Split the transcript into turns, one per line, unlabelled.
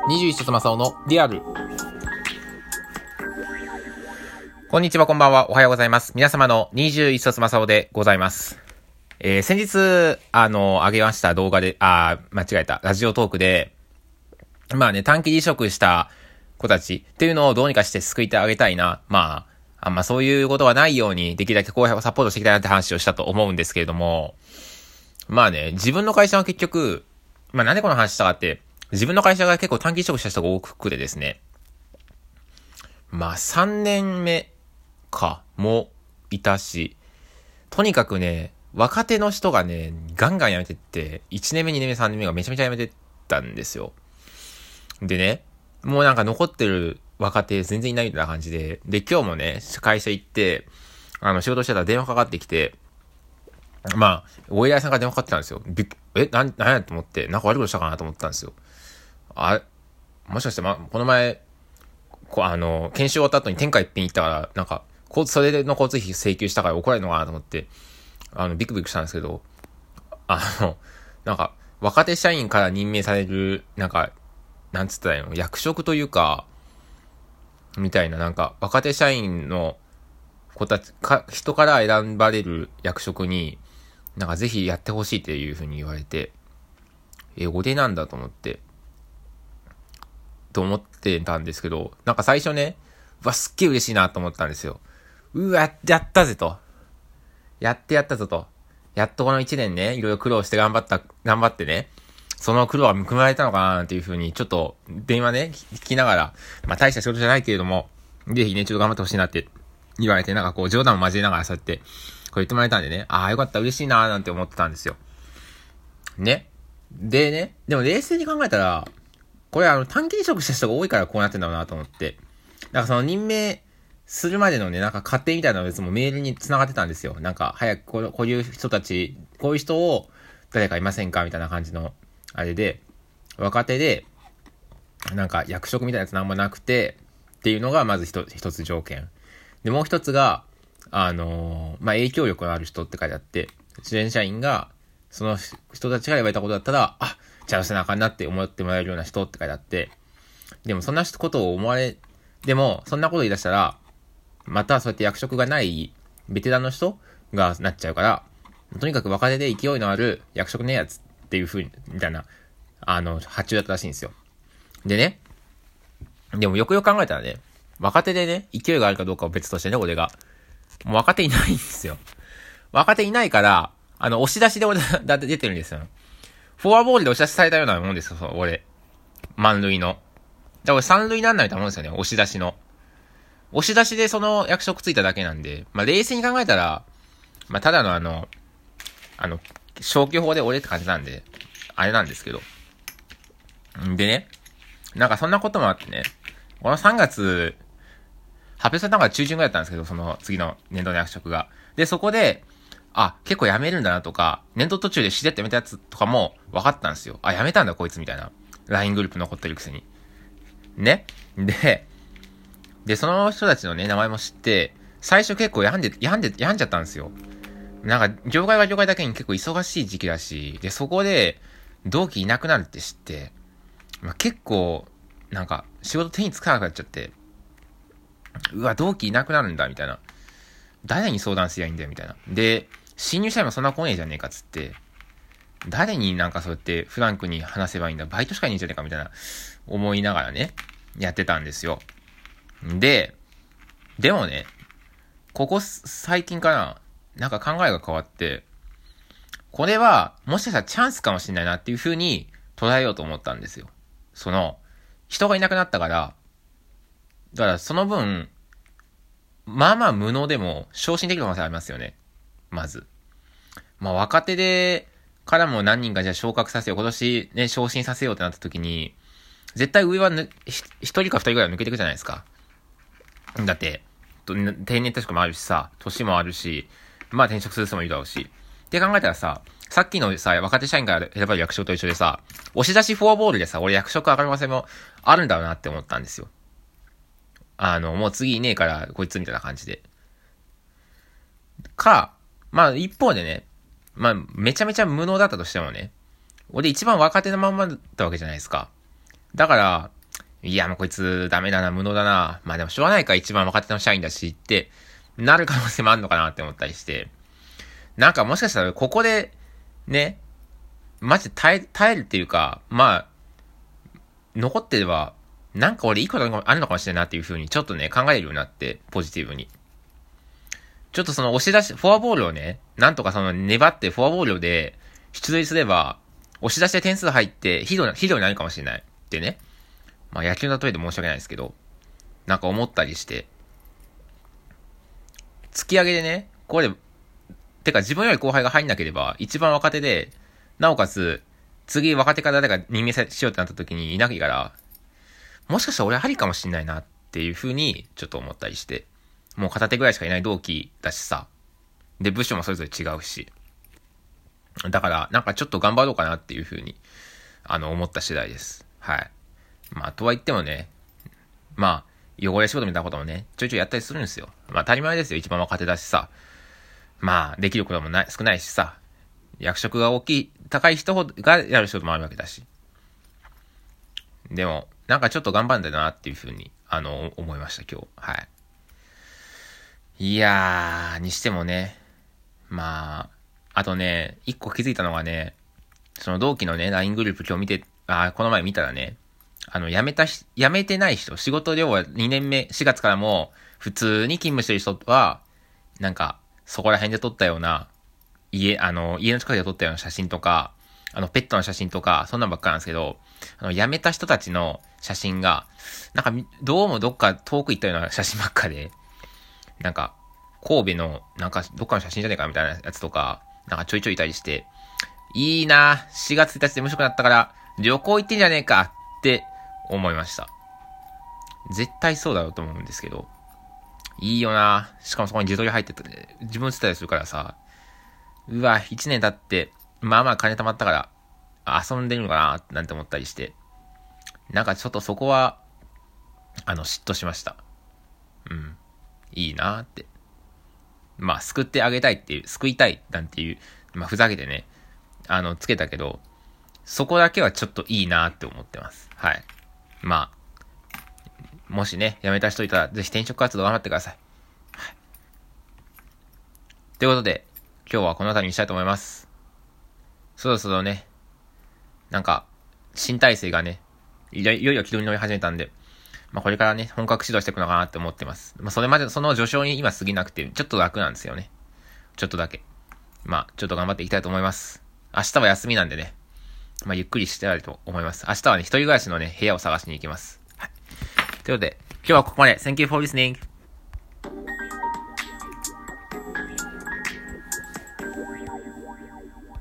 21卒正雄のリアル。こんにちは、こんばんは、おはようございます。皆様の21卒正雄でございます。先日、上げました動画で、間違えた、ラジオトークで、短期離職した子たちっていうのをどうにかして救いてあげたいな。そういうことがないように、できるだけ後輩をサポートしていきたいなって話をしたと思うんですけれども、自分の会社は結局、なんでこの話したかって、自分の会社が結構短期離職した人が多くてですね、3年目かもいたし、とにかくね、若手の人がね、ガンガン辞めてって、1年目、2年目、3年目がめちゃめちゃ辞めてったんですよ。でね、もう残ってる若手全然いないみたいな感じで、今日もね、会社行って、仕事してたら電話かかってきて、お偉いさんから電話かかってたんですよ。なんやと思って、悪いことしたかなと思ったんですよ。もしかしてこの前、研修終わった後に天下一品行ったから、それの交通費請求したから怒られるのかなと思って、ビクビクしたんですけど、若手社員から任命される、なんつったらいいの、役職というか、みたいな、若手社員の子たち人から選ばれる役職に、ぜひやってほしいっていう風に言われて、俺なんだと思ってたんですけど、最初ね、すっげえ嬉しいなと思ったんですよ。やったぜと。やったぞと。やっとこの1年ね、いろいろ苦労して頑張ってね、その苦労が報われたのかなっていう風に、ちょっと電話ね、聞きながら、大した仕事じゃないけれども、ぜひね、ちょっと頑張ってほしいなって言われて、冗談を交えながらそうやって、これ言ってもらえたんでね、よかった、嬉しいなーなんて思ってたんですよ。ね。でね、でも冷静に考えたら、これ短期離職した人が多いからこうなってんだろうなと思って、その任命するまでのね、過程みたいなやつもメールに繋がってたんですよ。早くこういう人たち、こういう人を誰かいませんかみたいな感じの、あれで、若手で、役職みたいなやつなんもなくて、っていうのがまず一つ条件。で、もう一つが、影響力のある人って書いてあって、全社員が、その人たちが言われたことだったら、ちゃんとせなあかんなって思ってもらえるような人って書いてあって、でもそんなことをでも、そんなこと言い出したら、またそうやって役職がないベテランの人がなっちゃうから、とにかく若手で勢いのある役職ねえやつっていう風に、みたいな、発注だったらしいんですよ。でね、でもよくよく考えたらね、若手でね、勢いがあるかどうかは別としてね、俺が。もう若手いないんですよ。若手いないから、押し出しで俺だって出てるんですよ。フォアボールで押し出しされたようなもんですよ、俺。満塁の。だから三塁なんないと思うんですよね、押し出しの。押し出しでその役職ついただけなんで、冷静に考えたら、ただの消去法で俺って感じなんで、あれなんですけど。でね、そんなこともあってね、この3月、発表されたのが中旬ぐらいだったんですけど、その次の年度の役職が。で、そこで、結構辞めるんだなとか、年度途中でしれっと辞めたやつとかも分かったんですよ。辞めたんだこいつみたいな。LINE グループ残ってるくせに。ね。で、その人たちのね、名前も知って、最初結構病んじゃったんですよ。業界は業界だけに結構忙しい時期だし、で、そこで、同期いなくなるって知って、結構、仕事手につかなくなっちゃって、同期いなくなるんだ、みたいな。誰に相談すりゃいいんだよ、みたいな。で、新入社員もそんな来ねえじゃねえか、つって、誰にそうやってフランクに話せばいいんだ、バイトしかいねえじゃねえか、みたいな、思いながらね、やってたんですよ。でもね、ここ最近かな、考えが変わって、これは、もしかしたらチャンスかもしれないなっていう風に捉えようと思ったんですよ。人がいなくなったから、だからその分、無能でも昇進できる可能性ありますよね。まず。若手で、からも何人かじゃあ昇格させよう、今年ね、昇進させようってなった時に、絶対上は一人か二人ぐらい抜けていくじゃないですか。だって、定年退職もあるしさ、年もあるし、転職する人もいるだろうし。って考えたらさ、さっきのさ、若手社員から選ばれる役職と一緒でさ、押し出しフォアボールでさ、俺役職上がりませんもあるんだろうなって思ったんですよ。もう次いねえから、こいつみたいな感じで。一方でね、めちゃめちゃ無能だったとしてもね、俺一番若手のまんまだったわけじゃないですか。だから、 いや、もうこいつダメだな、無能だな。まあでもしょうがないか、一番若手の社員だしって、なる可能性もあるのかなって思ったりして。なんかもしかしたらここで、ね、マジで耐えるっていうか、まあ、残ってれば、なんか俺いいことあるのかもしれないなっていう風にちょっとね、考えるようになって、ポジティブに。ちょっとその押し出し、フォアボールをね、なんとかその粘ってフォアボールで出塁すれば、押し出しで点数入ってヒーローになるかもしれないってね。まあ野球の例えで申し訳ないですけど、なんか思ったりして。突き上げでね、これ、てか自分より後輩が入んなければ、一番若手で、なおかつ、次若手から誰か任命しようってなった時にいなきゃから、もしかしたら俺ありかもしんないなっていう風にちょっと思ったりして。もう片手ぐらいしかいない同期だしさ。で、部署もそれぞれ違うし。だから、なんかちょっと頑張ろうかなっていう風に、思った次第です。はい。まあ、とは言ってもね、まあ、汚れ仕事みたいなこともね、ちょいちょいやったりするんですよ。まあ、当たり前ですよ。一番若手だしさ。まあ、できることも少ないしさ。役職が高い人がやる仕事もあるわけだし。でも、なんかちょっと頑張んだなっていう風に、思いました、今日。はい。いやー、にしてもね、まあ、あとね、一個気づいたのがね、その同期のね、LINE グループ今日この前見たらね、辞めてない人、仕事量は2年目、4月からも、普通に勤務してる人は、なんか、そこら辺で撮ったような、家の近くで撮ったような写真とか、ペットの写真とか、そんなんばっかなんですけど、辞めた人たちの写真が、なんか、どうもどっか遠く行ったような写真ばっかで、なんか、神戸の、なんか、どっかの写真じゃねえかみたいなやつとか、なんかちょいちょいいたりして、いいな4月1日で無職になったから、旅行行ってんじゃねえかって思いました。絶対そうだろうと思うんですけど、いいよなしかもそこに自撮り入ってて、自分映ったりするからさ、うわ、1年経って、まあまあ金貯まったから、遊んでるのかななんて思ったりして、なんかちょっとそこは、嫉妬しました。うん。いいなって。まあ、救ってあげたいっていう、救いたいなんていう、まあ、ふざけてね、つけたけど、そこだけはちょっといいなって思ってます。はい。まあ、もしね、辞めた人いたら、ぜひ転職活動頑張ってください。はい。ということで、今日はこの辺りにしたいと思います。そろそろね、なんか、新体制がね、いよいよ軌道に乗り始めたんで、まあこれからね、本格指導していくのかなって思ってます。まあそれまで、その序章に今過ぎなくて、ちょっと楽なんですよね。ちょっとだけ。まあ、ちょっと頑張っていきたいと思います。明日は休みなんでね、まあゆっくりしてやると思います。明日はね、一人暮らしのね、部屋を探しに行きます。はい。ということで、今日はここまで。Thank you for listening.